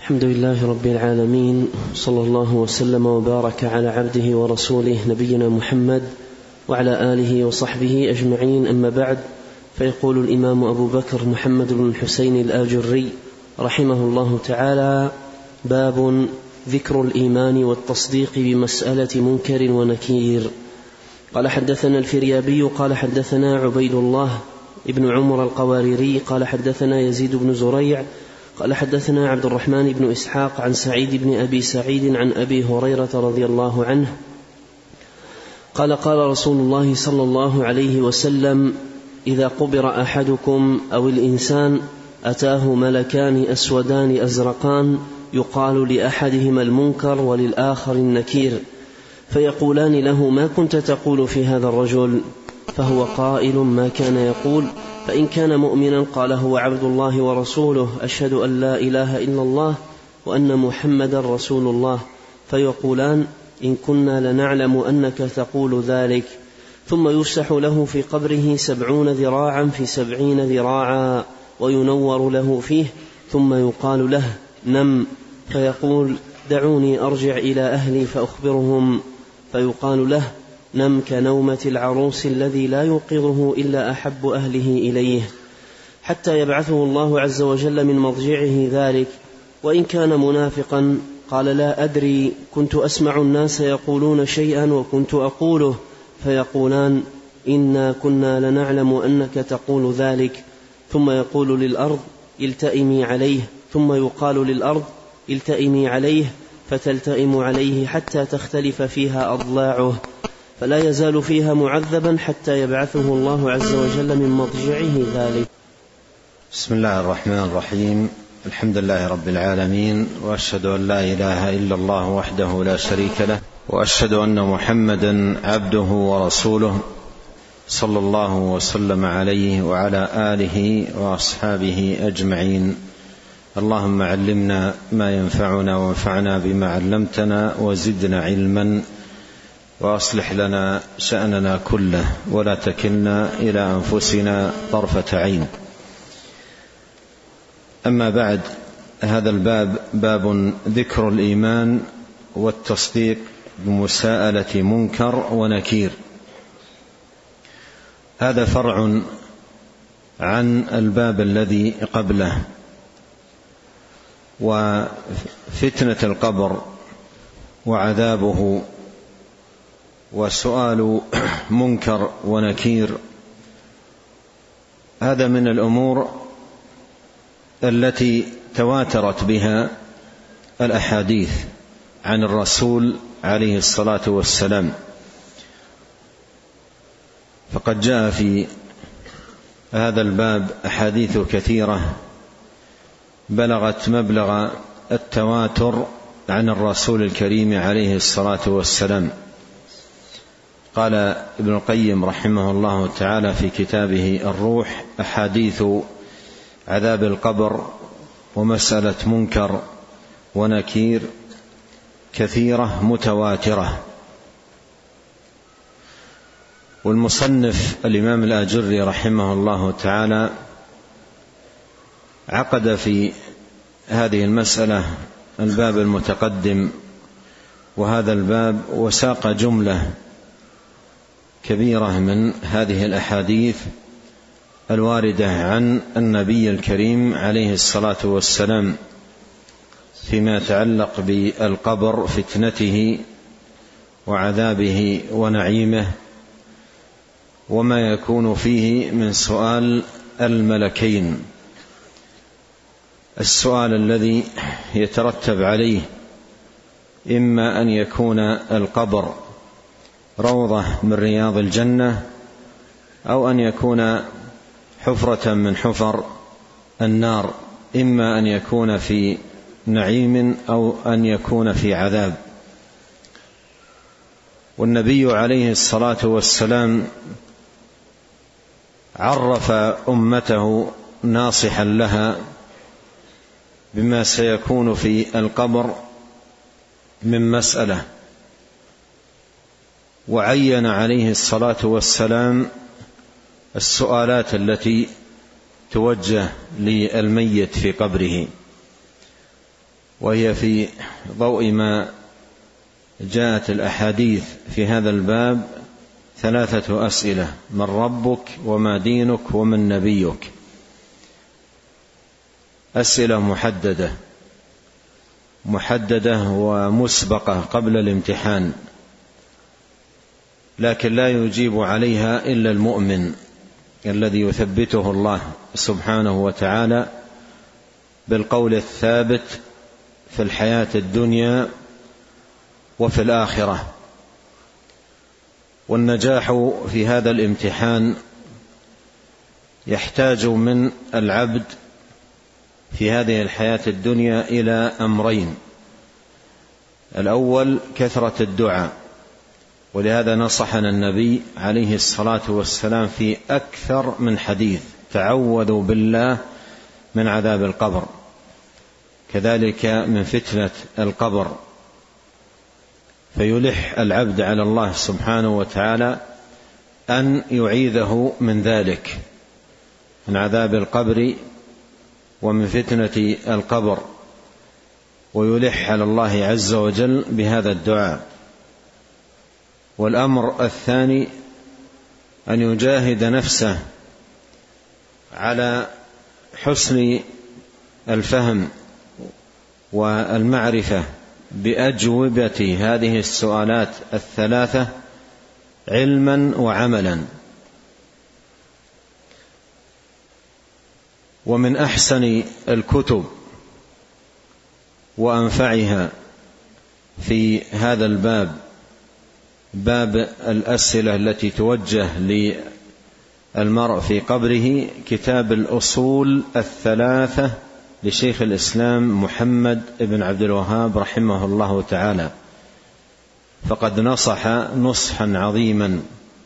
الحمد لله رب العالمين، صلى الله وسلم وبارك على عبده ورسوله نبينا محمد وعلى آله وصحبه أجمعين، أما بعد. فيقول الإمام أبو بكر محمد بن الحسين الآجري رحمه الله تعالى: باب ذكر الإيمان والتصديق بمسألة منكر ونكير. قال حدثنا الفريابي قال حدثنا عبيد الله ابن عمر القواريري قال حدثنا يزيد بن زريع قال حدثنا عبد الرحمن بن إسحاق عن سعيد بن أبي سعيد عن أبي هريرة رضي الله عنه قال: قال رسول الله صلى الله عليه وسلم: إذا قبر أحدكم أو الإنسان أتاه ملكان أسودان أزرقان يقال لأحدهما المنكر وللآخر النكير، فيقولان له: ما كنت تقول في هذا الرجل؟ فهو قائل ما كان يقول، فإن كان مؤمنا قال: هو عبد الله ورسوله، أشهد أن لا إله إلا الله وأن محمدا رسول الله. فيقولان: إن كنا لنعلم أنك تقول ذلك. ثم يفسح له في قبره 70 ذراعا في 70 ذراعا وينور له فيه، ثم يقال له: نم. فيقول: دعوني أرجع إلى أهلي فأخبرهم. فيقال له: نم كنومة العروس الذي لا يوقظه إلا أحب أهله إليه، حتى يبعثه الله عز وجل من مضجعه ذلك. وإن كان منافقا قال: لا أدري، كنت أسمع الناس يقولون شيئا وكنت أقوله. فيقولان: إنا كنا لنعلم أنك تقول ذلك. ثم يقول للأرض: التئمي عليه. ثم يقال للأرض: التئمي عليه، فتلتئم عليه حتى تختلف فيها أضلاعه، فلا يزال فيها معذبا حتى يبعثه الله عز وجل من مضجعه ذلك. بسم الله الرحمن الرحيم. الحمد لله رب العالمين، وأشهد أن لا إله إلا الله وحده لا شريك له، وأشهد أن محمدا عبده ورسوله، صلى الله وسلم عليه وعلى آله وأصحابه أجمعين. اللهم علمنا ما ينفعنا وانفعنا بما علمتنا وزدنا علما، وأصلح لنا شأننا كله ولا تكلنا إلى أنفسنا طرفة عين. أما بعد، هذا الباب باب ذكر الإيمان والتصديق بمساءلة منكر ونكير. هذا فرع عن الباب الذي قبله. وفتنة القبر وعذابه وسؤال منكر ونكير، هذا من الأمور التي تواترت بها الأحاديث عن الرسول عليه الصلاة والسلام. فقد جاء في هذا الباب أحاديث كثيرة بلغت مبلغ التواتر عن الرسول الكريم عليه الصلاة والسلام. قال ابن القيم رحمه الله تعالى في كتابه الروح: أحاديث عذاب القبر ومسألة منكر ونكير كثيرة متواترة. والمصنف الإمام الآجري رحمه الله تعالى عقد في هذه المسألة الباب المتقدم وهذا الباب، وساق جملة كبيرة من هذه الأحاديث الواردة عن النبي الكريم عليه الصلاة والسلام فيما يتعلق بالقبر، فتنته وعذابه ونعيمه، وما يكون فيه من سؤال الملكين، السؤال الذي يترتب عليه إما أن يكون القبر روضة من رياض الجنة، أو أن يكون حفرة من حفر النار، إما أن يكون في نعيم أو أن يكون في عذاب. والنبي عليه الصلاة والسلام عرف أمته ناصحا لها بما سيكون في القبر من مسألة، وعين عليه الصلاة والسلام السؤالات التي توجه للميت في قبره. وهي في ضوء ما جاءت الأحاديث في هذا الباب 3 أسئلة: من ربك، وما دينك، ومن نبيك. أسئلة محددة ومسبقة قبل الامتحان، لكن لا يجيب عليها إلا المؤمن الذي يثبته الله سبحانه وتعالى بالقول الثابت في الحياة الدنيا وفي الآخرة. والنجاح في هذا الامتحان يحتاج من العبد في هذه الحياة الدنيا إلى أمرين: الأول كثرة الدعاء، ولهذا نصحنا النبي عليه الصلاة والسلام في أكثر من حديث: تعوذوا بالله من عذاب القبر، كذلك من فتنة القبر. فيلح العبد على الله سبحانه وتعالى أن يعيذه من ذلك، من عذاب القبر ومن فتنة القبر، ويلح على الله عز وجل بهذا الدعاء. والأمر الثاني أن يجاهد نفسه على حسن الفهم والمعرفة بأجوبة هذه السؤالات 3 علما وعملا. ومن أحسن الكتب وأنفعها في هذا الباب باب الأسئلة التي توجه للمرء في قبره كتاب الأصول 3 لشيخ الإسلام محمد بن عبد الوهاب رحمه الله تعالى. فقد نصح نصحا عظيما،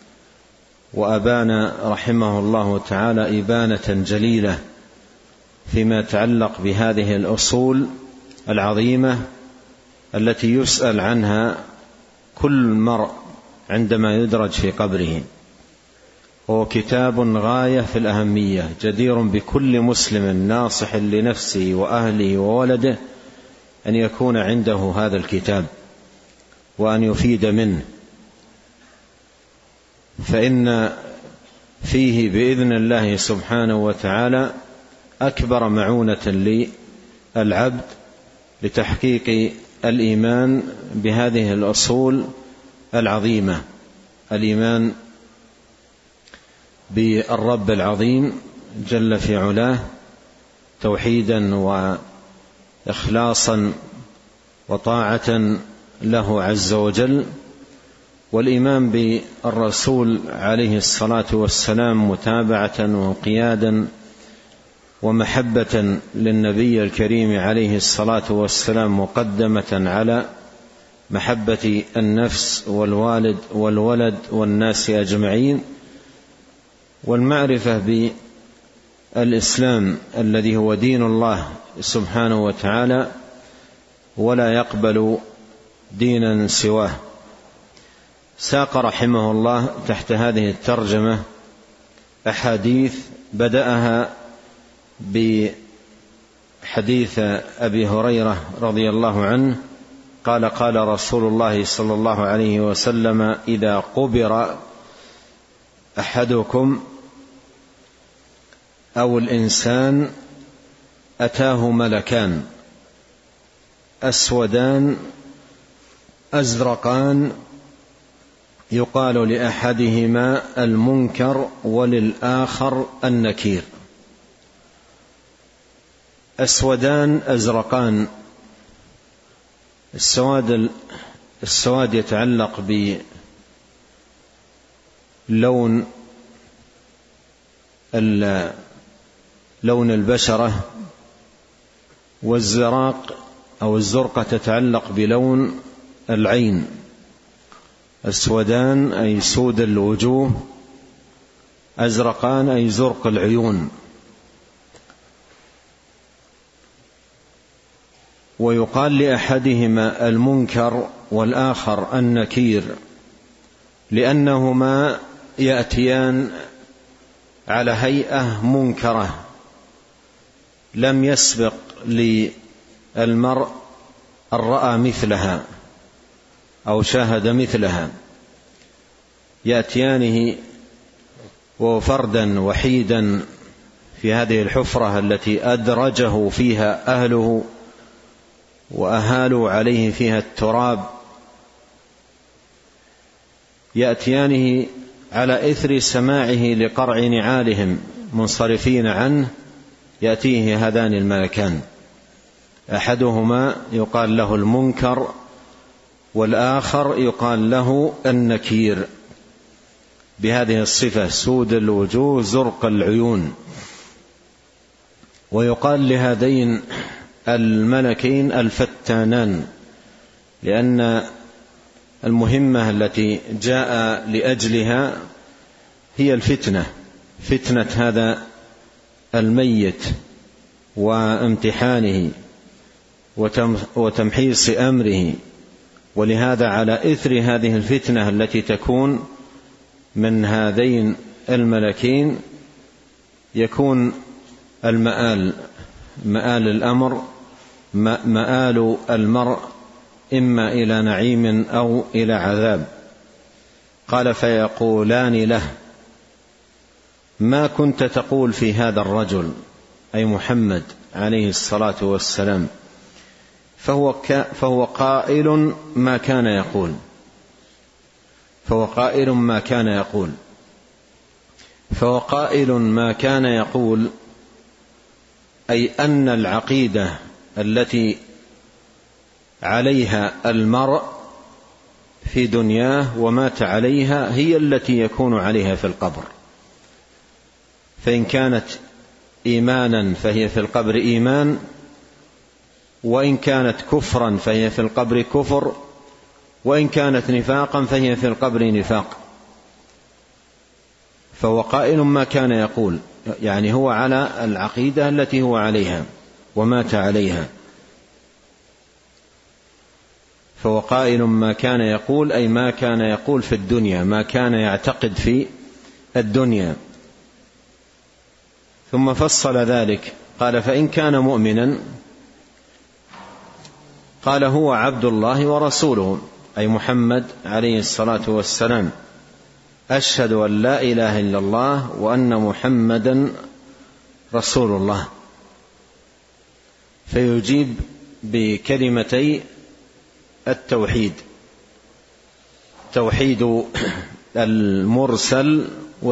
وأبان رحمه الله تعالى إبانة جليلة فيما يتعلق بهذه الأصول العظيمة التي يسأل عنها كل مرء عندما يدرج في قبره. هو كتاب غاية في الأهمية، جدير بكل مسلم ناصح لنفسه وأهله وولده أن يكون عنده هذا الكتاب وأن يفيد منه، فإن فيه بإذن الله سبحانه وتعالى أكبر معونة للعبد لتحقيق الإيمان بهذه الأصول العظيمة: الإيمان بالرب العظيم جل في علاه توحيدا وإخلاصا وطاعة له عز وجل، والإيمان بالرسول عليه الصلاة والسلام متابعة وانقيادا ومحبة للنبي الكريم عليه الصلاة والسلام مقدمة على محبة النفس والوالد والولد والناس أجمعين، والمعرفة بالإسلام الذي هو دين الله سبحانه وتعالى ولا يقبل دينا سواه. ساق رحمه الله تحت هذه الترجمة أحاديث، بدأها بحديث أبي هريرة رضي الله عنه قال: قال رسول الله صلى الله عليه وسلم: إذا قبر أحدكم أو الإنسان أتاه ملكان أسودان أزرقان يقال لأحدهما المنكر وللآخر النكير. أسودان أزرقان، السواد يتعلق بلون لون البشرة، والزراق أو الزرقة تتعلق بلون العين. أسودان أي سود الوجوه، أزرقان أي زرق العيون. ويقال لأحدهما المنكر والآخر النكير، لأنهما يأتيان على هيئة منكرة، لم يسبق المرء أن رأى مثلها أو شاهد مثلها، يأتيانه وفردا وحيدا في هذه الحفرة التي أدرجه فيها أهله وأهالوا عليه فيها التراب، يأتيانه على إثر سماعه لقرع نعالهم منصرفين عنه، يأتيه هذان الملكان، أحدهما يقال له المنكر والآخر يقال له النكير، بهذه الصفة: سود الوجوه زرق العيون. ويقال لهذين الملكين الفتانان، لأن المهمة التي جاء لأجلها هي الفتنة، فتنة هذا الميت وامتحانه وتمحيص أمره. ولهذا على إثر هذه الفتنة التي تكون من هذين الملكين يكون المآل، مآل الأمر، مآل المرء إما إلى نعيم أو إلى عذاب. قال: فيقولان له: ما كنت تقول في هذا الرجل، أي محمد عليه الصلاة والسلام؟ فهو قائل ما كان يقول، فهو قائل ما كان يقول، فهو قائل ما كان يقول، أي أن العقيدة التي عليها المرء في دنياه ومات عليها هي التي يكون عليها في القبر. فإن كانت إيمانا فهي في القبر إيمان، وإن كانت كفرا فهي في القبر كفر، وإن كانت نفاقا فهي في القبر نفاق. فهو قائل ما كان يقول، يعني هو على العقيدة التي هو عليها ومات عليها. فهو قائل ما كان يقول، أي ما كان يقول في الدنيا، ما كان يعتقد في الدنيا. ثم فصل ذلك قال: فإن كان مؤمنا، قال: هو عبد الله ورسوله، أي محمد عليه الصلاة والسلام، أشهد أن لا إله إلا الله وأن محمدا رسول الله. فيجيب بكلمتي التوحيد، توحيد المرسل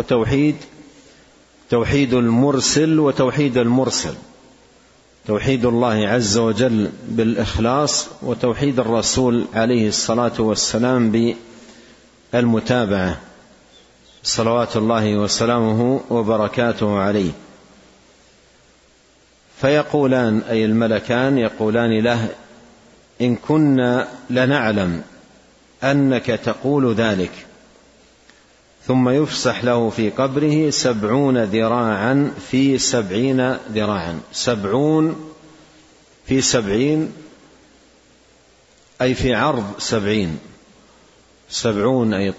توحيد المرسل وتوحيد المرسل، توحيد الله عز وجل بالإخلاص، وتوحيد الرسول عليه الصلاة والسلام بالمتابعة، صلوات الله وسلامه وبركاته عليه. فيقولان، أي الملكان يقولان له: إن كنا لنعلم أنك تقول ذلك. ثم يفسح له في قبره 70 ذراعا في 70 ذراعا، 70 في 70 أي في عرض 70، 70 أي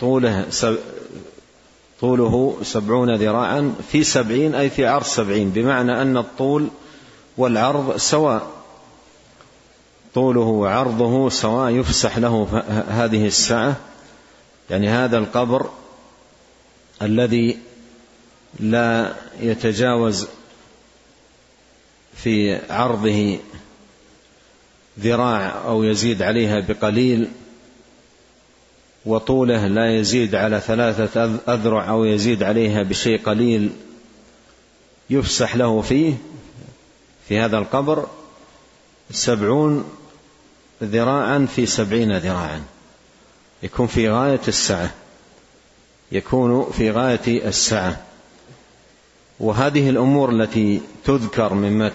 طوله 70 ذراعا في 70 أي في عرض 70، بمعنى أن الطول والعرض سواء، طوله وعرضه سواء. يفسح له هذه السعة، يعني هذا القبر الذي لا يتجاوز في عرضه ذراع أو يزيد عليها بقليل، وطوله لا يزيد على 3 أذرع أو يزيد عليها بشيء قليل. يفسح له في هذا القبر 70 ذراعا في 70 ذراعا، يكون في غاية السعة، يكون في غاية السعة. وهذه الأمور التي تذكر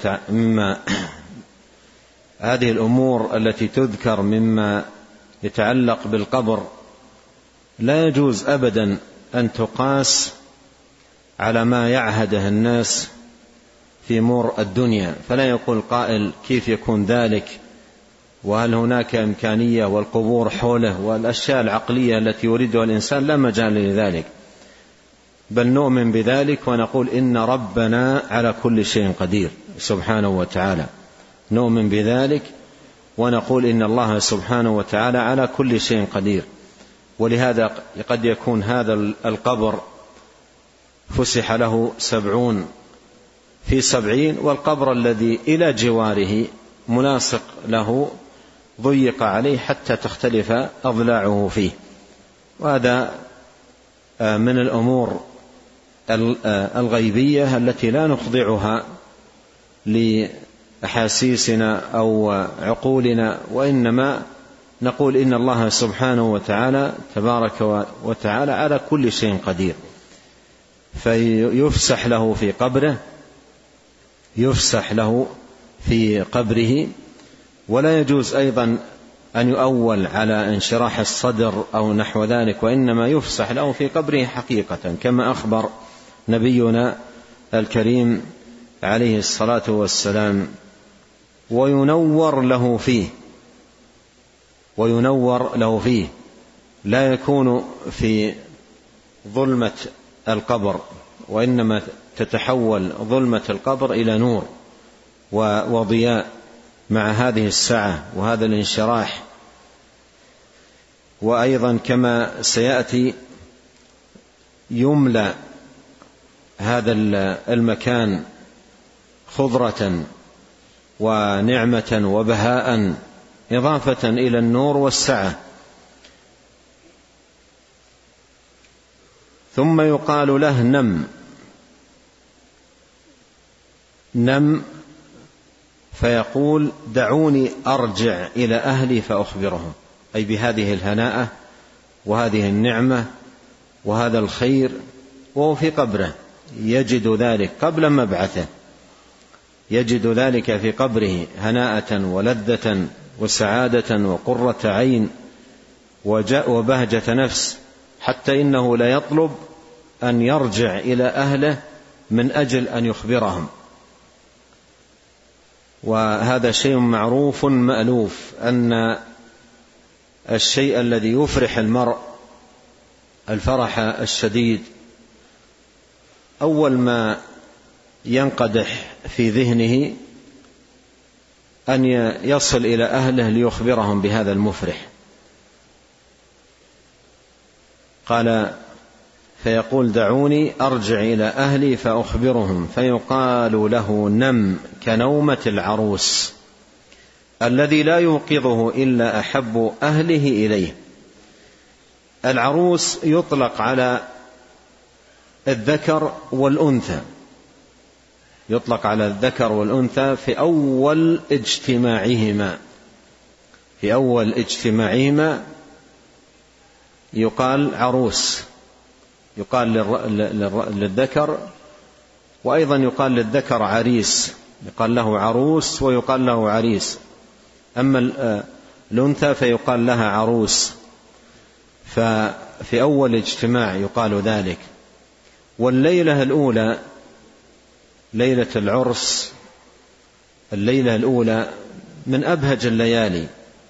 هذه الأمور التي تذكر مما يتعلق بالقبر لا يجوز أبدا أن تقاس على ما يعهده الناس في أمور الدنيا. فلا يقول قائل: كيف يكون ذلك؟ وهل هناك إمكانية؟ والقبور حوله والأشياء العقلية التي يريدها الإنسان لا مجال لذلك، بل نؤمن بذلك ونقول إن ربنا على كل شيء قدير سبحانه وتعالى. نؤمن بذلك ونقول إن الله سبحانه وتعالى على كل شيء قدير. ولهذا قد يكون هذا القبر فسح له 70 في 70، والقبر الذي إلى جواره ملاصق له ضيق عليه حتى تختلف أضلاعه فيه. وهذا من الأمور الغيبية التي لا نخضعها لأحاسيسنا أو عقولنا، وإنما نقول إن الله سبحانه وتعالى تبارك وتعالى على كل شيء قدير. فيفسح له في قبره، يفسح له في قبره. ولا يجوز أيضا أن يؤول على انشراح الصدر أو نحو ذلك، وإنما يفسح له في قبره حقيقة كما أخبر نبينا الكريم عليه الصلاة والسلام. وينور له فيه لا يكون في ظلمة القبر، وإنما تتحول ظلمة القبر إلى نور وضياء مع هذه السعة وهذا الانشراح. وأيضا كما سيأتي يملأ هذا المكان خضرة ونعمة وبهاء إضافة إلى النور والسعة. ثم يقال له نم فيقول دعوني أرجع إلى أهلي فأخبرهم، أي بهذه الهناءة وهذه النعمة وهذا الخير، وهو في قبره يجد ذلك قبل مبعثه، يجد ذلك في قبره هناءة ولذة وسعادة وقرة عين وبهجة نفس، حتى إنه لا يطلب أن يرجع إلى أهله من أجل أن يخبرهم. وهذا شيء معروف مألوف، أن الشيء الذي يفرح المرء الفرح الشديد أول ما ينقدح في ذهنه أن يصل إلى أهله ليخبرهم بهذا المفرح. قال فيقول دعوني أرجع إلى أهلي فأخبرهم، فيقال له نم كنومة العروس الذي لا يوقظه إلا أحب أهله إليه. العروس يطلق على الذكر والأنثى، يطلق على الذكر والأنثى في أول اجتماعهما يقال عروس، يقال للذكر، وأيضا يقال للذكر عريس، يقال له عروس ويقال له عريس. أما الأنثى فيقال لها عروس، ففي أول اجتماع يقال ذلك. والليلة الأولى ليلة العرس، الليلة الأولى من أبهج الليالي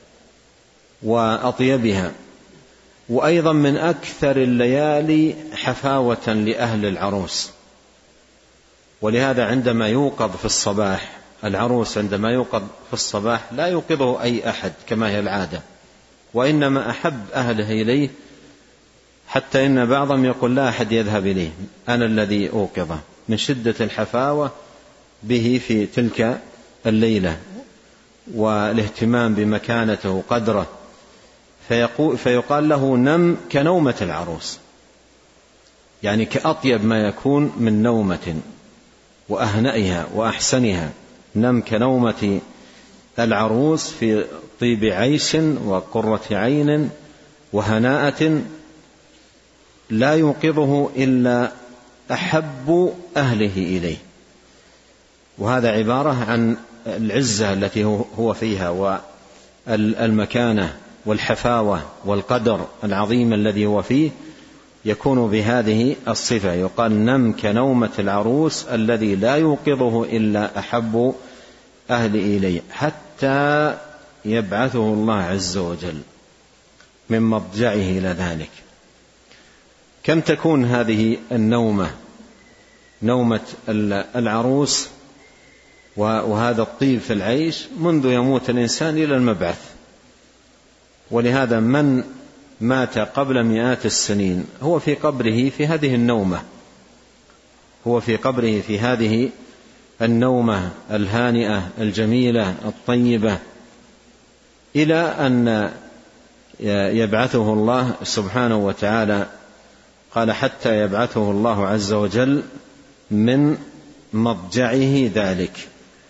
وأطيبها، وأيضا من أكثر الليالي حفاوة لأهل العروس. ولهذا عندما يوقظ في الصباح العروس، عندما يوقظ في الصباح لا يوقظه أي أحد كما هي العادة، وإنما أحب أهله إليه، حتى إن بعضهم يقول لا أحد يذهب إليه، أنا الذي أوقظه، من شدة الحفاوة به في تلك الليلة والاهتمام بمكانته وقدره. فيقال له نم كنومة العروس، يعني كأطيب ما يكون من نومة وأهنئها وأحسنها. نم كنومة العروس في طيب عيش وقرة عين وهناءة، لا يوقظه إلا أحب أهله إليه. وهذا عبارة عن العزة التي هو فيها، والمكانة والحفاوة والقدر العظيم الذي هو فيه، يكون بهذه الصفة. يقال نم كنومة العروس الذي لا يوقظه إلا أحب أهل إليه، حتى يبعثه الله عز وجل من مضجعه إلى ذلك. كم تكون هذه النومة، نومة العروس؟ وهذا الطيب في العيش منذ يموت الإنسان إلى المبعث. ولهذا من مات قبل مئات السنين هو في قبره في هذه النومة، هو في قبره في هذه النومة الهانئة الجميلة الطيبة، إلى أن يبعثه الله سبحانه وتعالى. قال حتى يبعثه الله عز وجل من مضجعه ذلك.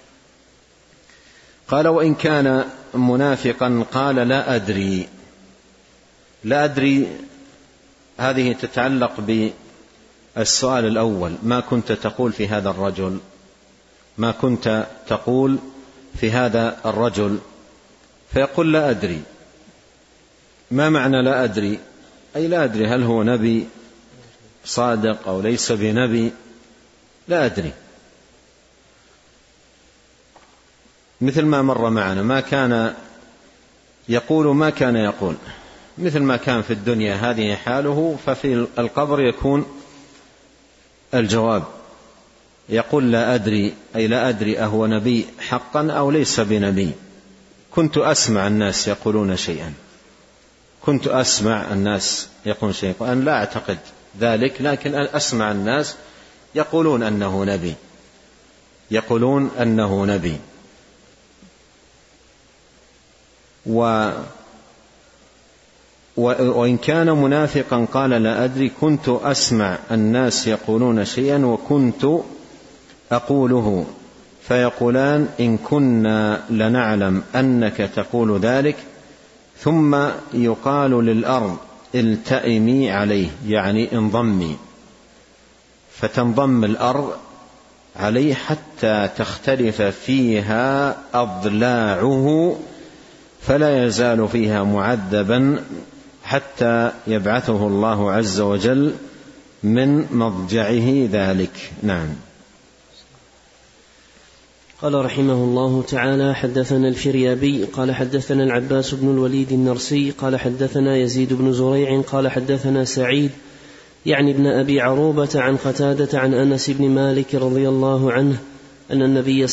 قال وإن كان منافقا قال لا أدري. لا أدري هذه تتعلق بالسؤال الأول، ما كنت تقول في هذا الرجل، ما كنت تقول في هذا الرجل، فيقول لا أدري. ما معنى لا أدري؟ أي لا أدري هل هو نبي صادق أو ليس بنبي، لا أدري. مثل ما مر معنا، ما كان يقول ما كان يقول، مثل ما كان في الدنيا هذه حاله، ففي القبر يكون الجواب. يقول لا أدري، أي لا أدري أهو نبي حقا أو ليس بنبي. كنت أسمع الناس يقولون شيئا، كنت أسمع الناس يقولون شيئا، وأنا لا أعتقد ذلك، لكن أسمع الناس يقولون أنه نبي، يقولون أنه نبي. وإن كان منافقا قال لا أدري كنت أسمع الناس يقولون شيئا وكنت أقوله، فيقولان إن كنا لنعلم أنك تقول ذلك، ثم يقال للأرض التئمي عليه، يعني انضمي، فتنضم الأرض عليه حتى تختلف فيها أضلاعه، فلا يزال فيها معذبا حتى يبعثه الله عز وجل من مضجعه ذلك. نعم. قال رحمه الله تعالى: حدثنا الفريابي قال حدثنا العباس بن الوليد النرسي قال حدثنا يزيد بن زريع قال حدثنا سعيد يعني ابن أبي عروبة عن قتادة عن أنس بن مالك رضي الله عنه أن نبي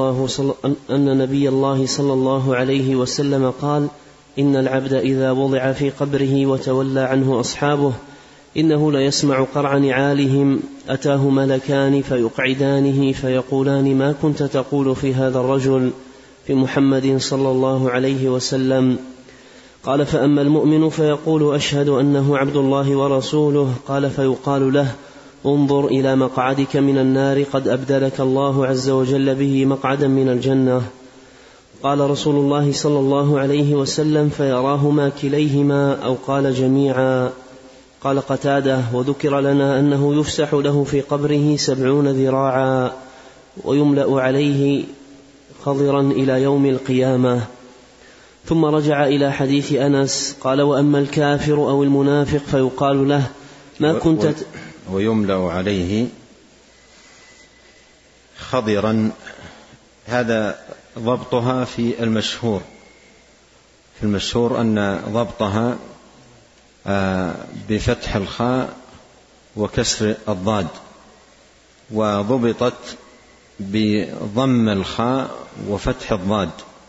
الله صلى الله عليه وسلم قال: إن العبد إذا وضع في قبره وتولى عنه أصحابه إنه ليسمع قرع نعالهم، أتاه ملكان فيقعدانه فيقولان: ما كنت تقول في هذا الرجل، في محمد صلى الله عليه وسلم؟ قال: فأما المؤمن فيقول: أشهد أنه عبد الله ورسوله. قال: فيقال له: انظر إلى مقعدك من النار، قد أبدلك الله عز وجل به مقعدا من الجنة. قال رسول الله صلى الله عليه وسلم: فيراهما كليهما أو قال جميعا. قال قتادة: وذكر لنا أنه يفسح له في قبره 70 ذراعا ويملأ عليه خضرا إلى يوم القيامة. ثم رجع إلى حديث أنس قال: وأما الكافر أو المنافق فيقال له: ما كنت ويملأ عليه خضرا. هذا ضبطها في المشهور، في المشهور أن ضبطها بفتح الخاء وكسر الضاد، وضبطت بضم الخاء وفتح الضاد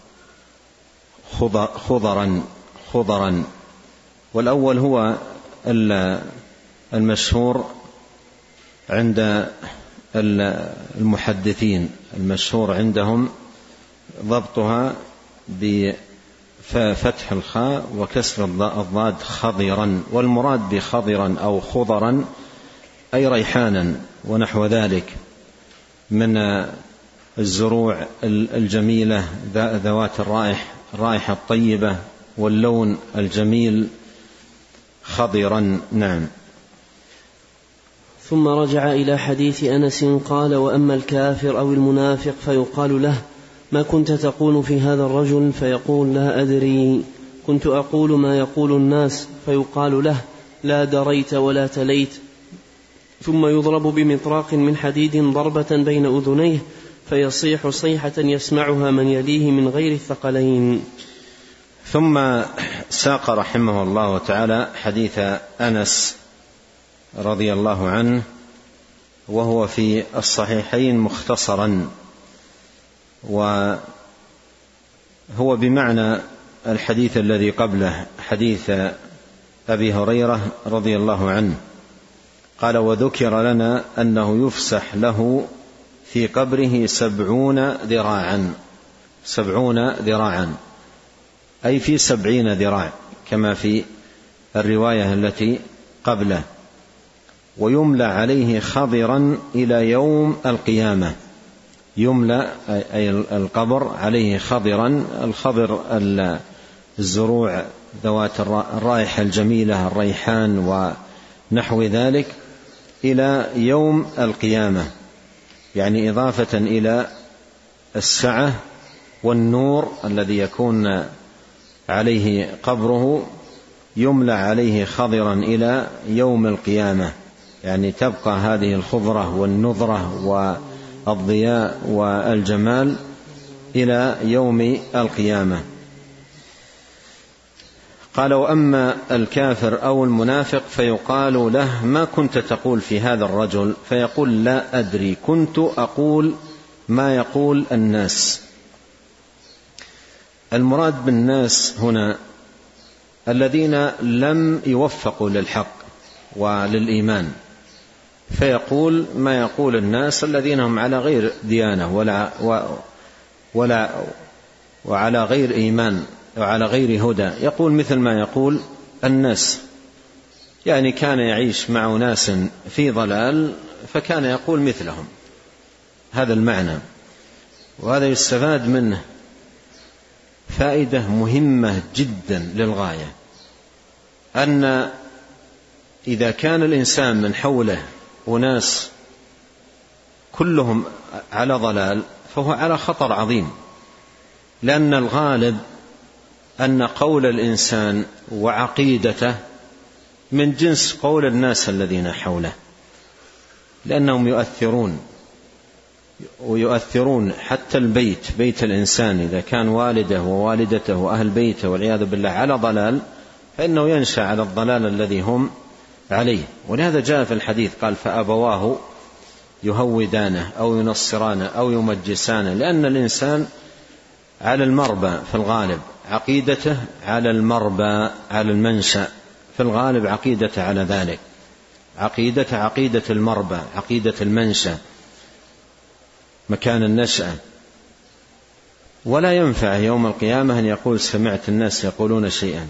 خضرا. والأول هو المشهور عند المحدثين، المشهور عندهم ضبطها بفتح الخاء وكسر الضاد خضرا. والمراد بخضرا أو خضرا أي ريحانا ونحو ذلك من الزروع الجميلة ذوات الرائحة الطيبة واللون الجميل، خضرا. نعم. ثم رجع إلى حديث أنس قال: وأما الكافر أو المنافق فيقال له: ما كنت تقول في هذا الرجل؟ فيقول: لا أدري، كنت أقول ما يقول الناس. فيقال له: لا دريت ولا تليت. ثم يضرب بمطراق من حديد ضربة بين أذنيه فيصيح صيحة يسمعها من يليه من غير الثقلين. ثم ساق رحمه الله تعالى حديث أنس رضي الله عنه، وهو في الصحيحين مختصرا، وهو بمعنى الحديث الذي قبله، حديث أبي هريرة رضي الله عنه قال: وذكر لنا أنه يفسح له في قبره 70 ذراعا، 70 ذراعا أي في 70 ذراع كما في الرواية التي قبله، ويملى عليه خضرا إلى يوم القيامة. يملى أي القبر عليه خضرا، الخضر الزروع ذوات الرائحة الجميلة، الريحان ونحو ذلك، إلى يوم القيامة، يعني إضافة إلى السعة والنور الذي يكون عليه قبره، يملى عليه خضرا إلى يوم القيامة، يعني تبقى هذه الخضرة والنضرة والضياء والجمال إلى يوم القيامة. قال: وأما الكافر أو المنافق فيقال له: ما كنت تقول في هذا الرجل؟ فيقول: لا أدري، كنت أقول ما يقول الناس. المراد بالناس هنا الذين لم يوفقوا للحق وللإيمان، فيقول ما يقول الناس الذين هم على غير ديانة وعلى غير إيمان وعلى غير هدى، يقول مثل ما يقول الناس، يعني كان يعيش مع ناس في ضلال فكان يقول مثلهم، هذا المعنى. وهذا يستفاد منه فائدة مهمة جدا للغاية، أن إذا كان الإنسان من حوله وناس كلهم على ضلال فهو على خطر عظيم، لأن الغالب أن قول الإنسان وعقيدته من جنس قول الناس الذين حوله، لأنهم يؤثرون حتى البيت، بيت الإنسان إذا كان والده ووالدته وأهل بيته والعياذ بالله على ضلال فإنه ينشأ على الضلال الذي هم عليه. ولهذا جاء في الحديث قال: فأبواه يهودانه أو ينصرانه أو يمجسانه، لأن الإنسان على المربى في الغالب عقيدته، على المربى على المنشأ في الغالب عقيدته على ذلك، عقيدة المربى، عقيدة المنشأ، مكان النشأة. ولا ينفع يوم القيامة أن يقول: سمعت الناس يقولون شيئا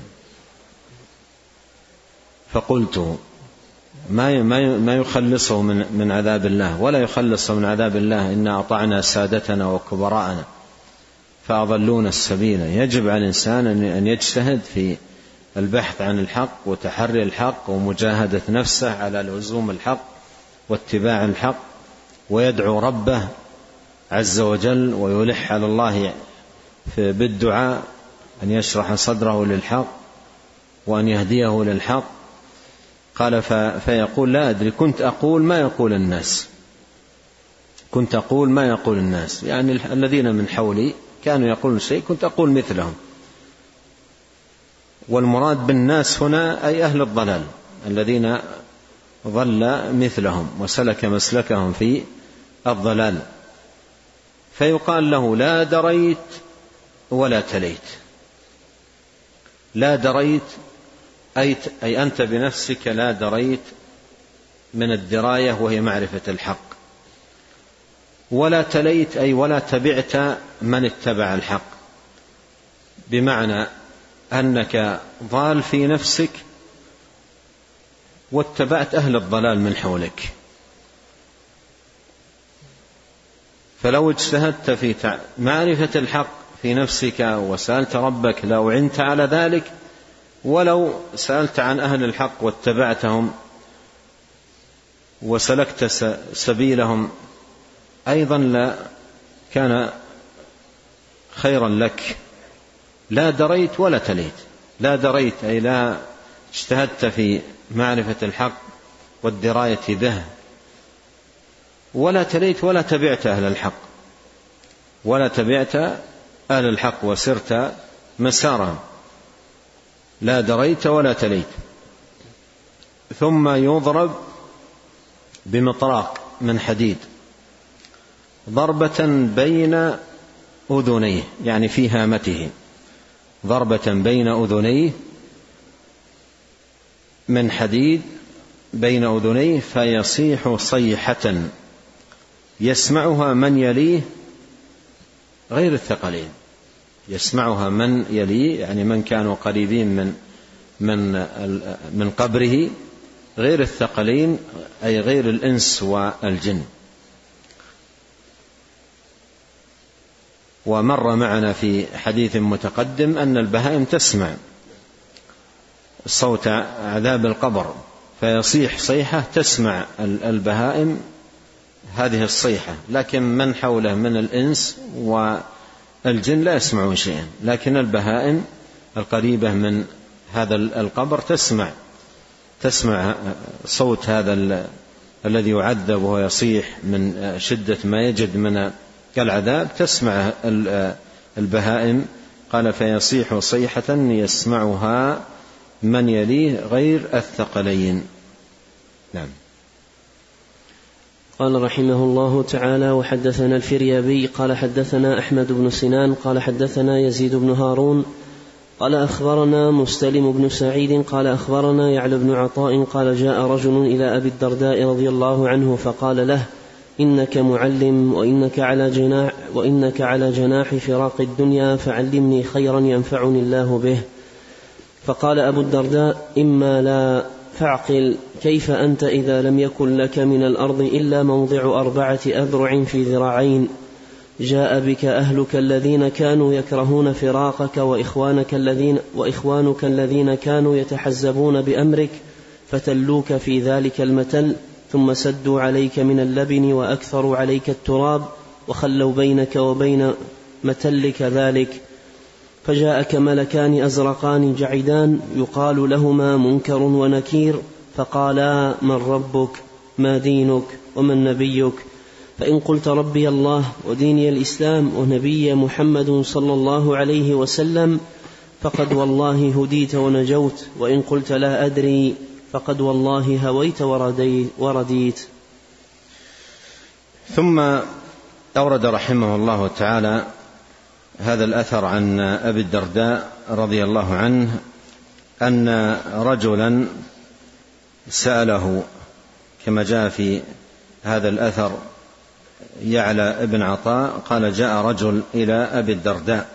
فقلت، ما يخلصه من عذاب الله، ولا يخلصه من عذاب الله إنا أطعنا سادتنا وكبراءنا فأضلون السبيل. يجب على الإنسان أن يجتهد في البحث عن الحق وتحري الحق ومجاهدة نفسه على لزوم الحق واتباع الحق، ويدعو ربه عز وجل ويلح على الله بالدعاء أن يشرح صدره للحق وأن يهديه للحق. قال: فيقول: لا أدري، كنت أقول ما يقول الناس، كنت أقول ما يقول الناس، يعني الذين من حولي كانوا يقولون شيء كنت أقول مثلهم. والمراد بالناس هنا أي أهل الضلال الذين ضل مثلهم وسلك مسلكهم في الضلال. فيقال له: لا دريت ولا تليت. لا دريت أي أنت بنفسك لا دريت من الدراية وهي معرفة الحق، ولا تليت أي ولا تبعت من اتبع الحق، بمعنى أنك ضال في نفسك واتبعت أهل الضلال من حولك. فلو اجتهدت في معرفة الحق في نفسك وسألت ربك لأعنت على ذلك، ولو سألت عن أهل الحق واتبعتهم وسلكت سبيلهم أيضا لا كان خيرا لك. لا دريت ولا تليت. لا دريت أي لا اجتهدت في معرفة الحق والدراية به، ولا تليت ولا تبعت أهل الحق، ولا تبعت أهل الحق وسرت مسارهم. لا دريت ولا تليت. ثم يضرب بمطراق من حديد ضربة بين أذنيه، يعني في هامته، ضربة بين أذنيه من حديد بين أذنيه، فيصيح صيحة يسمعها من يليه غير الثقلين. يسمعها من يليه، يعني من كانوا قريبين من قبره، غير الثقلين أي غير الإنس والجن. ومر معنا في حديث متقدم أن البهائم تسمع صوت عذاب القبر، فيصيح صيحة تسمع البهائم هذه الصيحة، لكن من حوله من الإنس والجن لا يسمعون شيئا، لكن البهائم القريبة من هذا القبر تسمع صوت هذا الذي يعذب وهو يصيح من شدة ما يجد من العذاب، تسمع البهائم. قال فيصيح صيحة يسمعها من يليه غير الثقلين. نعم. قال رحمه الله تعالى: وحدثنا الفريابي قال حدثنا أحمد بن سنان قال حدثنا يزيد بن هارون قال أخبرنا مستلم بن سعيد قال أخبرنا يعلى بن عطاء قال جاء رجل إلى أبي الدرداء رضي الله عنه فقال له: إنك معلم وإنك على جناح فراق الدنيا، فعلمني خيرا ينفعني الله به. فقال أبو الدرداء: إما لا، فاعقل، كيف أنت إذا لم يكن لك من الأرض إلا موضع 4 أذرع في ذراعين، جاء بك أهلك الذين كانوا يكرهون فراقك وإخوانك الذين كانوا يتحزبون بأمرك، فتلوك في ذلك المتل، ثم سدوا عليك من اللبن وأكثروا عليك التراب، وخلوا بينك وبين متلك ذلك. فجاءك ملكان أزرقان جعدان يقال لهما منكر ونكير، فقالا: من ربك؟ ما دينك؟ ومن نبيك؟ فإن قلت ربي الله وديني الإسلام ونبي محمد صلى الله عليه وسلم فقد والله هديت ونجوت، وإن قلت لا أدري فقد والله هويت ورديت. ثم أورد رحمه الله تعالى هذا الأثر عن أبي الدرداء رضي الله عنه أن رجلا سأله كما جاء في هذا الأثر يعلى ابن عطاء قال: جاء رجل إلى أبي الدرداء،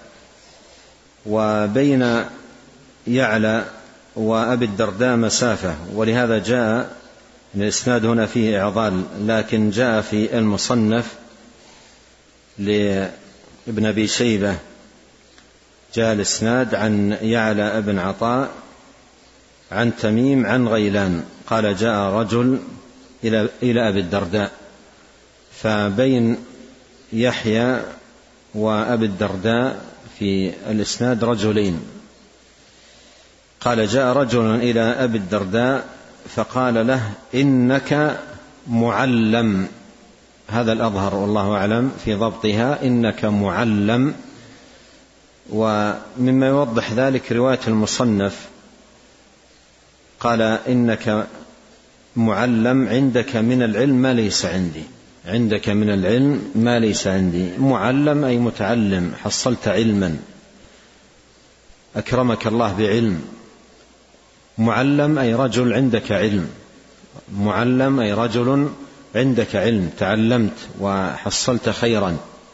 وبين يعلى وأبي الدرداء مسافة، ولهذا جاء الإسناد هنا فيه إعضال، لكن جاء في المصنف لابن أبي شيبة جاء الإسناد عن يعلى ابن عطاء عن تميم عن غيلان قال: جاء رجل إلى أبي الدرداء. فبين يحيى وأبي الدرداء في الإسناد رجلين. قال: جاء رجل إلى أبي الدرداء فقال له: إنك معلم. هذا الأظهر والله أعلم في ضبطها، إنك معلم. ومما يوضح ذلك رواية المصنف قال: إنك معلم، عندك من العلم ما ليس عندي، عندك من العلم ما ليس عندي. معلم أي متعلم، حصلت علما، أكرمك الله بعلم. معلم أي رجل عندك علم، معلم أي رجل عندك علم، تعلمت وحصلت خيرا.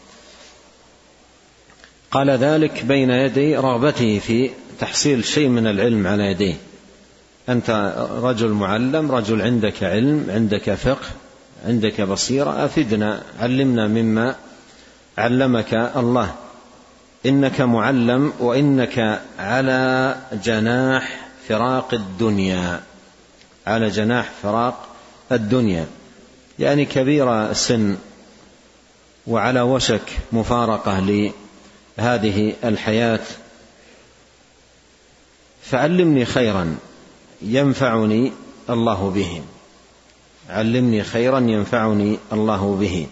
قال ذلك بين يدي رغبته في تحصيل شيء من العلم على يديه. أنت رجل معلم، رجل عندك علم، عندك فقه، عندك بصيرة، أفدنا، علمنا مما علمك الله. إنك معلم وإنك على جناح فراق الدنيا، على جناح فراق الدنيا، يعني كبير سن وعلى وشك مفارقة لهذه الحياة، فعلمني خيرا ينفعني الله به، علمني خيرا ينفعني الله به.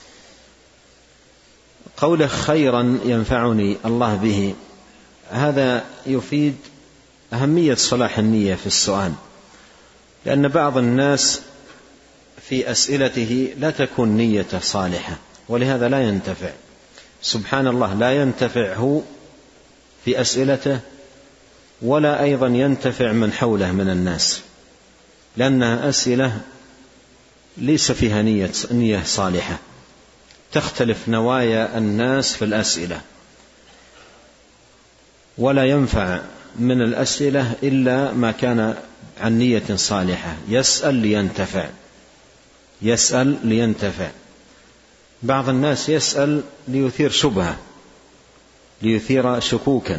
قوله خيرا ينفعني الله به هذا يفيد أهمية صلاح النية في السؤال، لأن بعض الناس في أسئلته لا تكون نيته صالحة، ولهذا لا ينتفع. سبحان الله لا ينتفع هو في أسئلته ولا أيضا ينتفع من حوله من الناس، لأنها أسئلة ليس فيها نية صالحة، تختلف نوايا الناس في الأسئلة، ولا ينفع من الأسئلة إلا ما كان عن نية صالحة، يسأل لينتفع. بعض الناس يسأل ليثير شبهة، ليثير شكوكا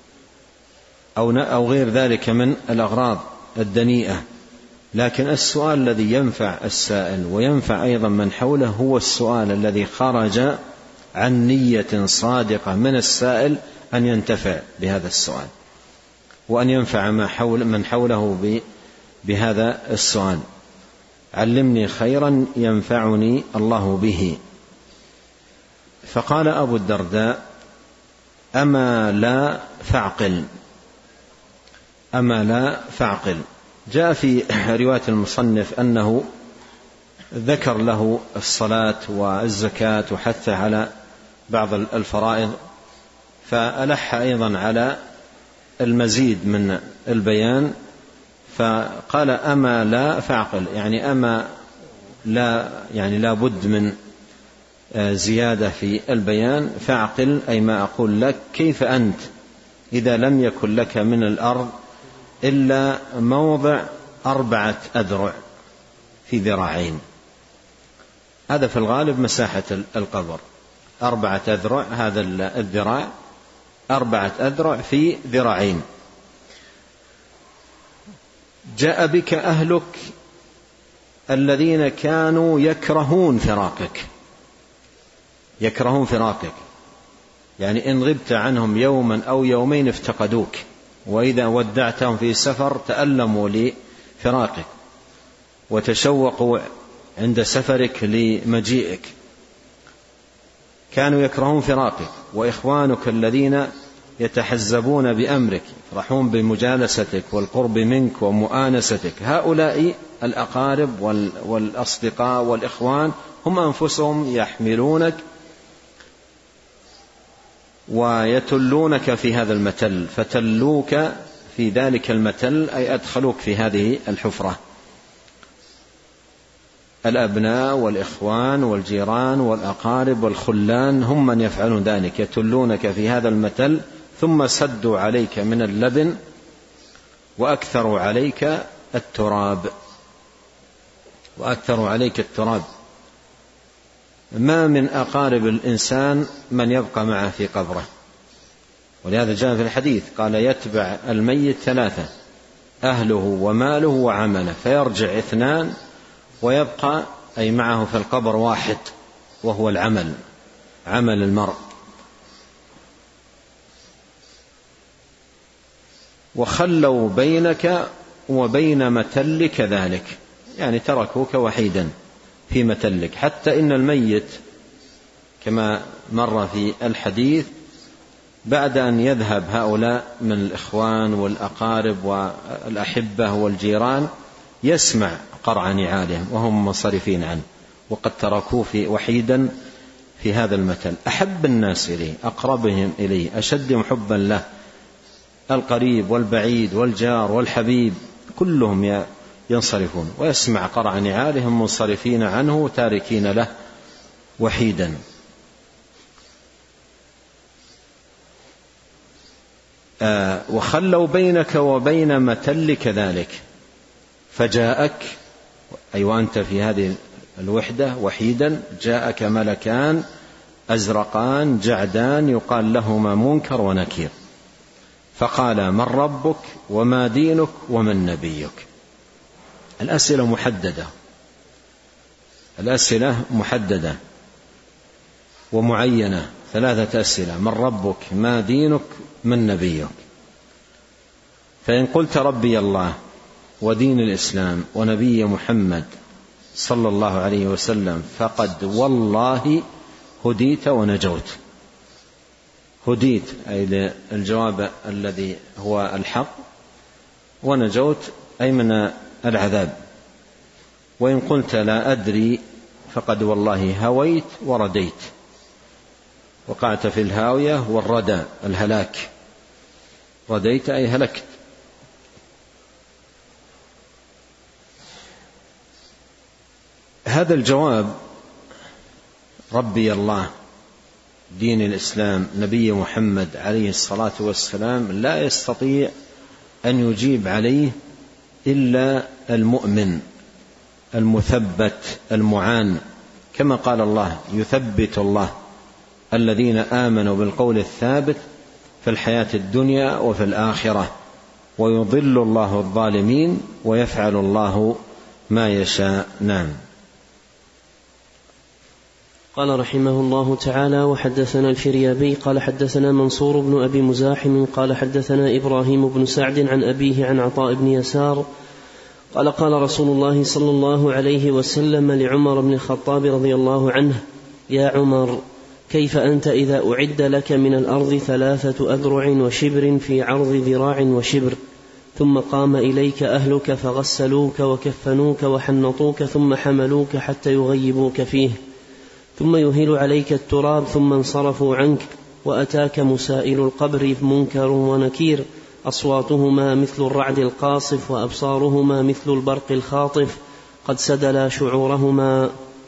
أو غير ذلك من الأغراض الدنيئة، لكن السؤال الذي ينفع السائل وينفع أيضا من حوله هو السؤال الذي خرج عن نية صادقة من السائل أن ينتفع بهذا السؤال، وأن ينفع من حوله بهذا السؤال. علمني خيرا ينفعني الله به. فقال أبو الدرداء: أما لا فاعقل. جاء في رواية المصنف أنه ذكر له الصلاة والزكاة وحث على بعض الفرائض، فألح أيضا على المزيد من البيان، فقال: أما لا فاعقل، يعني أما لا، يعني لا بد من زيادة في البيان. فاعقل أي ما أقول لك، كيف أنت إذا لم يكن لك من الأرض إلا موضع 4 أذرع في ذراعين، هذا في الغالب مساحة القبر، 4 أذرع، هذا الذراع 4 أذرع في ذراعين. جاء بك أهلك الذين كانوا يكرهون فراقك، يعني إن غبت عنهم يوما أو يومين افتقدوك، وإذا ودعتهم في سفر تألموا لفراقك وتشوقوا عند سفرك لمجيئك. كانوا يكرهون فراقك. وإخوانك الذين يتحزبون بأمرك، يفرحون بمجالستك والقرب منك ومؤانستك، هؤلاء الأقارب والأصدقاء والإخوان هم أنفسهم يحملونك ويتلونك في هذا المتل، فتلوك في ذلك المتل أي أدخلوك في هذه الحفرة. الأبناء والإخوان والجيران والأقارب والخلان هم من يفعلون ذلك، يتلونك في هذا المتل، ثم سدوا عليك من اللبن وأكثروا عليك التراب. ما من أقارب الإنسان من يبقى معه في قبره، ولهذا جاء في الحديث قال: يتبع الميت 3: أهله وماله وعمله، فيرجع 2 ويبقى أي معه في القبر 1 وهو عمل المرء. وخلوا بينك وبين متلك ذلك، يعني تركوك وحيدا في متلك، حتى إن الميت كما مر في الحديث بعد أن يذهب هؤلاء من الإخوان والأقارب والأحبة والجيران يسمع قرع نعالهم وهم منصرفين عنه، وقد تركوه وحيدا في هذا المتل. أحب الناس إليه، أقربهم إليه، أشدهم حبا له، القريب والبعيد والجار والحبيب كلهم ينصرفون، ويسمع قرع نعالهم منصرفين عنه تاركين له وحيدا. وخلوا بينك وبين متلك ذلك، فجاءك أي وأنت في هذه الوحدة وحيدا جاءك ملكان أزرقان جعدان يقال لهما منكر ونكير، فقال: من ربك وما دينك ومن نبيك. الأسئلة محددة ومعينة، 3 أسئلة: من ربك، ما دينك، من نبيك. فإن قلت ربي الله ودين الإسلام ونبي محمد صلى الله عليه وسلم فقد والله هديت ونجوت. هديت أي الجواب الذي هو الحق، ونجوت أي من العذاب. وإن قلت لا أدري فقد والله هويت ورديت. وقعت في الهاوية، والردى الهلاك، رديت أي هلكت. هذا الجواب ربي الله دين الإسلام نبي محمد عليه الصلاة والسلام لا يستطيع أن يجيب عليه إلا المؤمن المثبت المعان، كما قال الله: يثبت الله الذين آمنوا بالقول الثابت في الحياة الدنيا وفي الآخرة، ويضل الله الظالمين ويفعل الله ما يشاء. نعم. قال رحمه الله تعالى: وحدثنا الفريابي قال حدثنا منصور بن أبي مزاحم قال حدثنا إبراهيم بن سعد عن أبيه عن عطاء بن يسار قال: قال رسول الله صلى الله عليه وسلم لعمر بن الخطاب رضي الله عنه: يا عمر، كيف أنت إذا أعد لك من الأرض 3 أذرع وشبر في عرض ذراع وشبر، ثم قام إليك أهلك فغسلوك وكفنوك وحنطوك ثم حملوك حتى يغيبوك فيه، ثم يهيل عليك التراب ثم انصرفوا عنك، وأتاك مسائل القبر منكر ونكير، أصواتهما مثل الرعد القاصف وأبصارهما مثل البرق الخاطف، قد سدلا شعورهما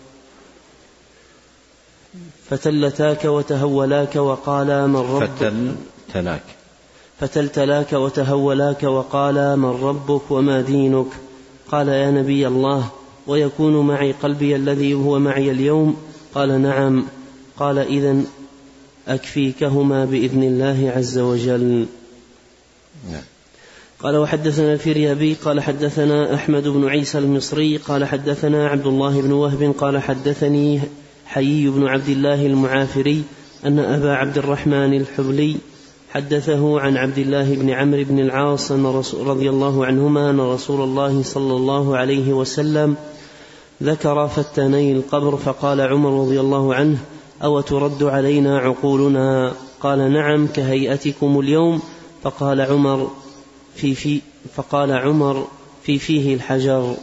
فتلتاك وتهولاك وقالا من ربك فتلتلاك وتهولاك وقالا من ربك وما دينك؟ قال: يا نبي الله، ويكون معي قلبي الذي هو معي اليوم؟ قال: نعم. قال: إذن أكفيكهما بإذن الله عز وجل. قال: وحدثنا الفريابي قال حدثنا أحمد بن عيسى المصري قال حدثنا عبد الله بن وهب قال حدثني حيي بن عبد الله المعافري أن أبا عبد الرحمن الحبلي حدثه عن عبد الله بن عمرو بن العاص رضي الله عنهما أن رسول الله صلى الله عليه وسلم ذكر فتاني القبر، فقال عمر رضي الله عنه: أو ترد علينا عقولنا؟ قال: نعم، كهيئتكم اليوم. فقال عمر: في فيه الحجر.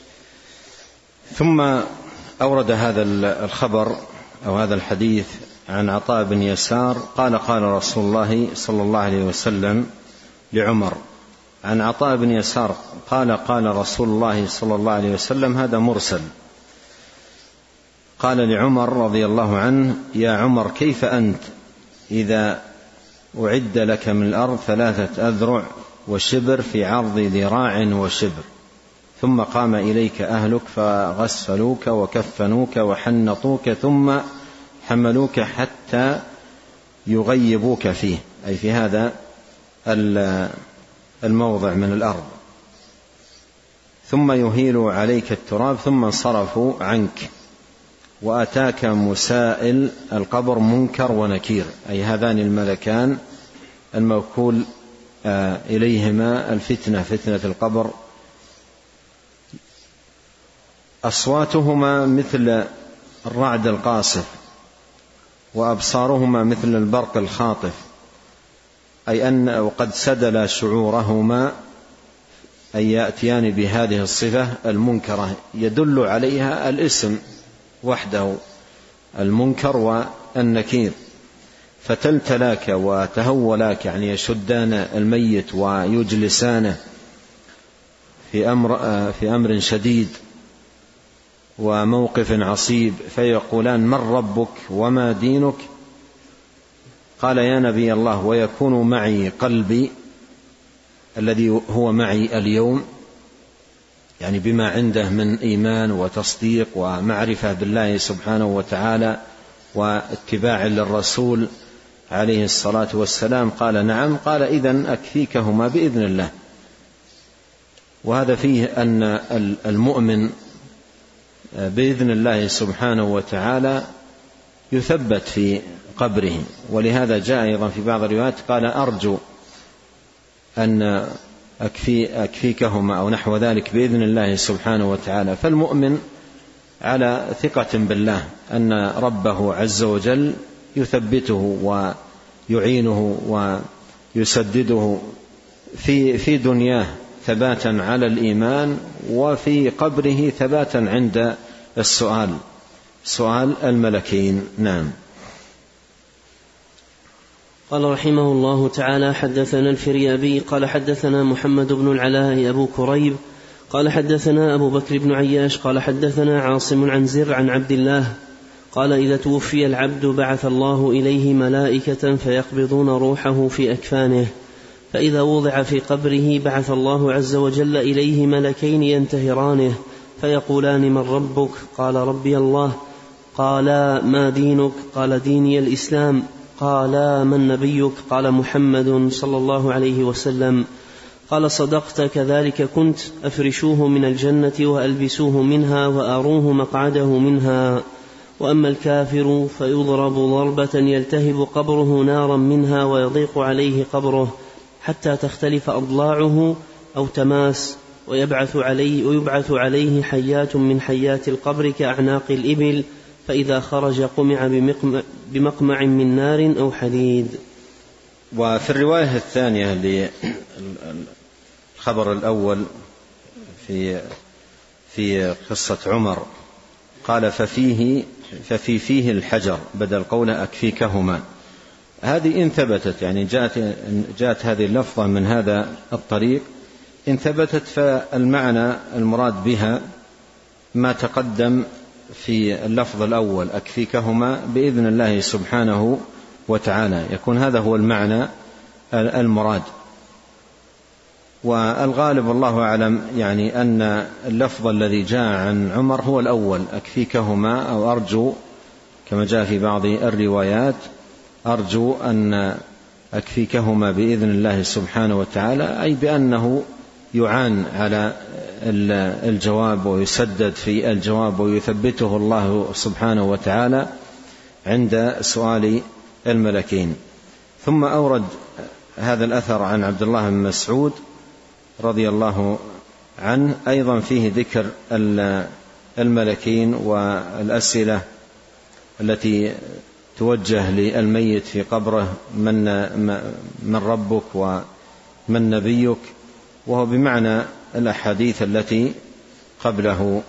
ثم أورد هذا الخبر أو هذا الحديث عن عطاء بن يسار قال: قال رسول الله صلى الله عليه وسلم لعمر. عن عطاء بن يسار قال: قال رسول الله صلى الله عليه وسلم، هذا مرسل. قال لعمر رضي الله عنه: يا عمر، كيف أنت إذا أعد لك من الأرض 3 أذرع وشبر في عرض ذراع وشبر، ثم قام إليك أهلك فغسلوك وكفنوك وحنطوك ثم حملوك حتى يغيبوك فيه، أي في هذا الموضع من الأرض، ثم يهيل عليك التراب ثم انصرفوا عنك، وأتاك مسائل القبر منكر ونكير، أي هذان الملكان الموكول إليهما الفتنة، فتنة القبر، أصواتهما مثل الرعد القاصف وأبصارهما مثل البرق الخاطف، أي أن وقد سدل شعورهما، أي يأتيان بهذه الصفة المنكرة يدل عليها الاسم وحده، المنكر والنكير. فتلتلاك وتهولاك، يعني يشدان الميت ويجلسانه في أمر شديد وموقف عصيب، فيقولان: من ربك وما دينك؟ قال: يا نبي الله، ويكون معي قلبي الذي هو معي اليوم، يعني بما عنده من إيمان وتصديق ومعرفة بالله سبحانه وتعالى واتباع للرسول عليه الصلاة والسلام. قال: نعم. قال: إذن أكفيكهما بإذن الله. وهذا فيه أن المؤمن بإذن الله سبحانه وتعالى يثبت في قبره، ولهذا جاء أيضا في بعض الروايات قال: أرجو أن أكفيكهما أو نحو ذلك بإذن الله سبحانه وتعالى. فالمؤمن على ثقة بالله أن ربه عز وجل يثبته ويعينه ويسدده في دنياه ثباتا على الإيمان، وفي قبره ثباتا عند سؤال الملكين. نعم. قال رحمه الله تعالى: حدثنا الفريابي قال حدثنا محمد بن العلاء أبو كريب قال حدثنا أبو بكر بن عياش قال حدثنا عاصم عن زر عن عبد الله قال: إذا توفي العبد بعث الله إليه ملائكة فيقبضون روحه في أكفانه، فإذا وضع في قبره بعث الله عز وجل إليه ملكين ينتهرانه فيقولان: من ربك؟ قال: ربي الله. قالا: ما دينك؟ قال: ديني الإسلام. قالا: من نبيك؟ قال: محمد صلى الله عليه وسلم. قال: صدقت، كذلك كنت. أفرشوه من الجنة وألبسوه منها وأروه مقعده منها. وأما الكافر فيضرب ضربة يلتهب قبره نارا منها ويضيق عليه قبره حتى تختلف أضلاعه أو تماس، ويبعث عليه حيات من حيات القبر كأعناق الإبل، فإذا خرج قمع بمقمع من نار أو حديد. وفي الرواية الثانية للخبر الأول في قصة عمر قال: ففي فيه الحجر، بدل قوله أكفيكهما. هذه إن ثبتت، يعني جاءت هذه اللفظة من هذا الطريق، إن ثبتت فالمعنى المراد بها ما تقدم في اللفظ الأول أكفيكهما بإذن الله سبحانه وتعالى، يكون هذا هو المعنى المراد. والغالب الله أعلم يعني أن اللفظ الذي جاء عن عمر هو الأول أكفيكهما، أو أرجو كما جاء في بعض الروايات أرجو أن أكفيكهما بإذن الله سبحانه وتعالى، أي بأنه يعان على الجواب ويسدد في الجواب ويثبته الله سبحانه وتعالى عند سؤال الملكين. ثم أورد هذا الأثر عن عبد الله بن مسعود رضي الله عنه أيضا فيه ذكر الملكين والأسئلة التي توجه للميت في قبره: من ربك ومن نبيك، وهو بمعنى الأحاديث التي قبله.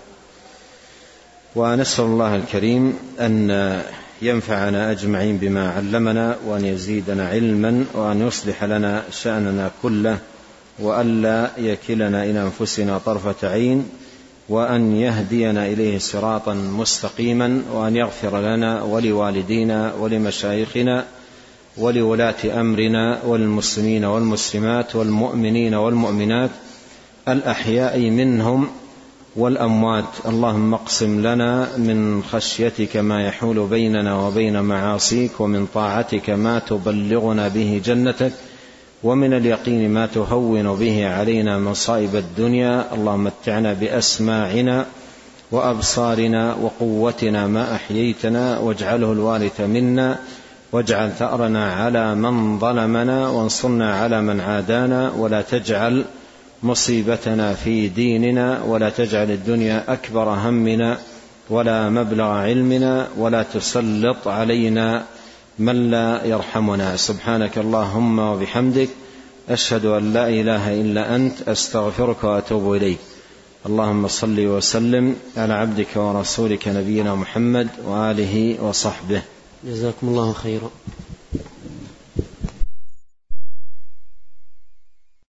ونسأل الله الكريم أن ينفعنا أجمعين بما علمنا، وأن يزيدنا علما، وأن يصلح لنا شأننا كله، وألا يكلنا إلى أنفسنا طرفة عين، وأن يهدينا إليه صراطا مستقيما، وأن يغفر لنا ولوالدينا ولمشايخنا ولولاة أمرنا والمسلمين والمسلمات والمؤمنين والمؤمنات الأحياء منهم والأموات. اللهم اقسم لنا من خشيتك ما يحول بيننا وبين معاصيك، ومن طاعتك ما تبلغنا به جنتك، ومن اليقين ما تهون به علينا مصائب الدنيا. اللهم متعنا بأسماعنا وأبصارنا وقوتنا ما أحييتنا، واجعله الوارث منا، واجعل ثأرنا على من ظلمنا، وانصرنا على من عادانا، ولا تجعل مصيبتنا في ديننا، ولا تجعل الدنيا أكبر همنا ولا مبلغ علمنا، ولا تسلط علينا من لا يرحمنا. سبحانك اللهم وبحمدك، أشهد أن لا إله إلا أنت، أستغفرك وأتوب إليك. اللهم صل وسلم على عبدك ورسولك نبينا محمد وآله وصحبه. جزاكم الله خيرا.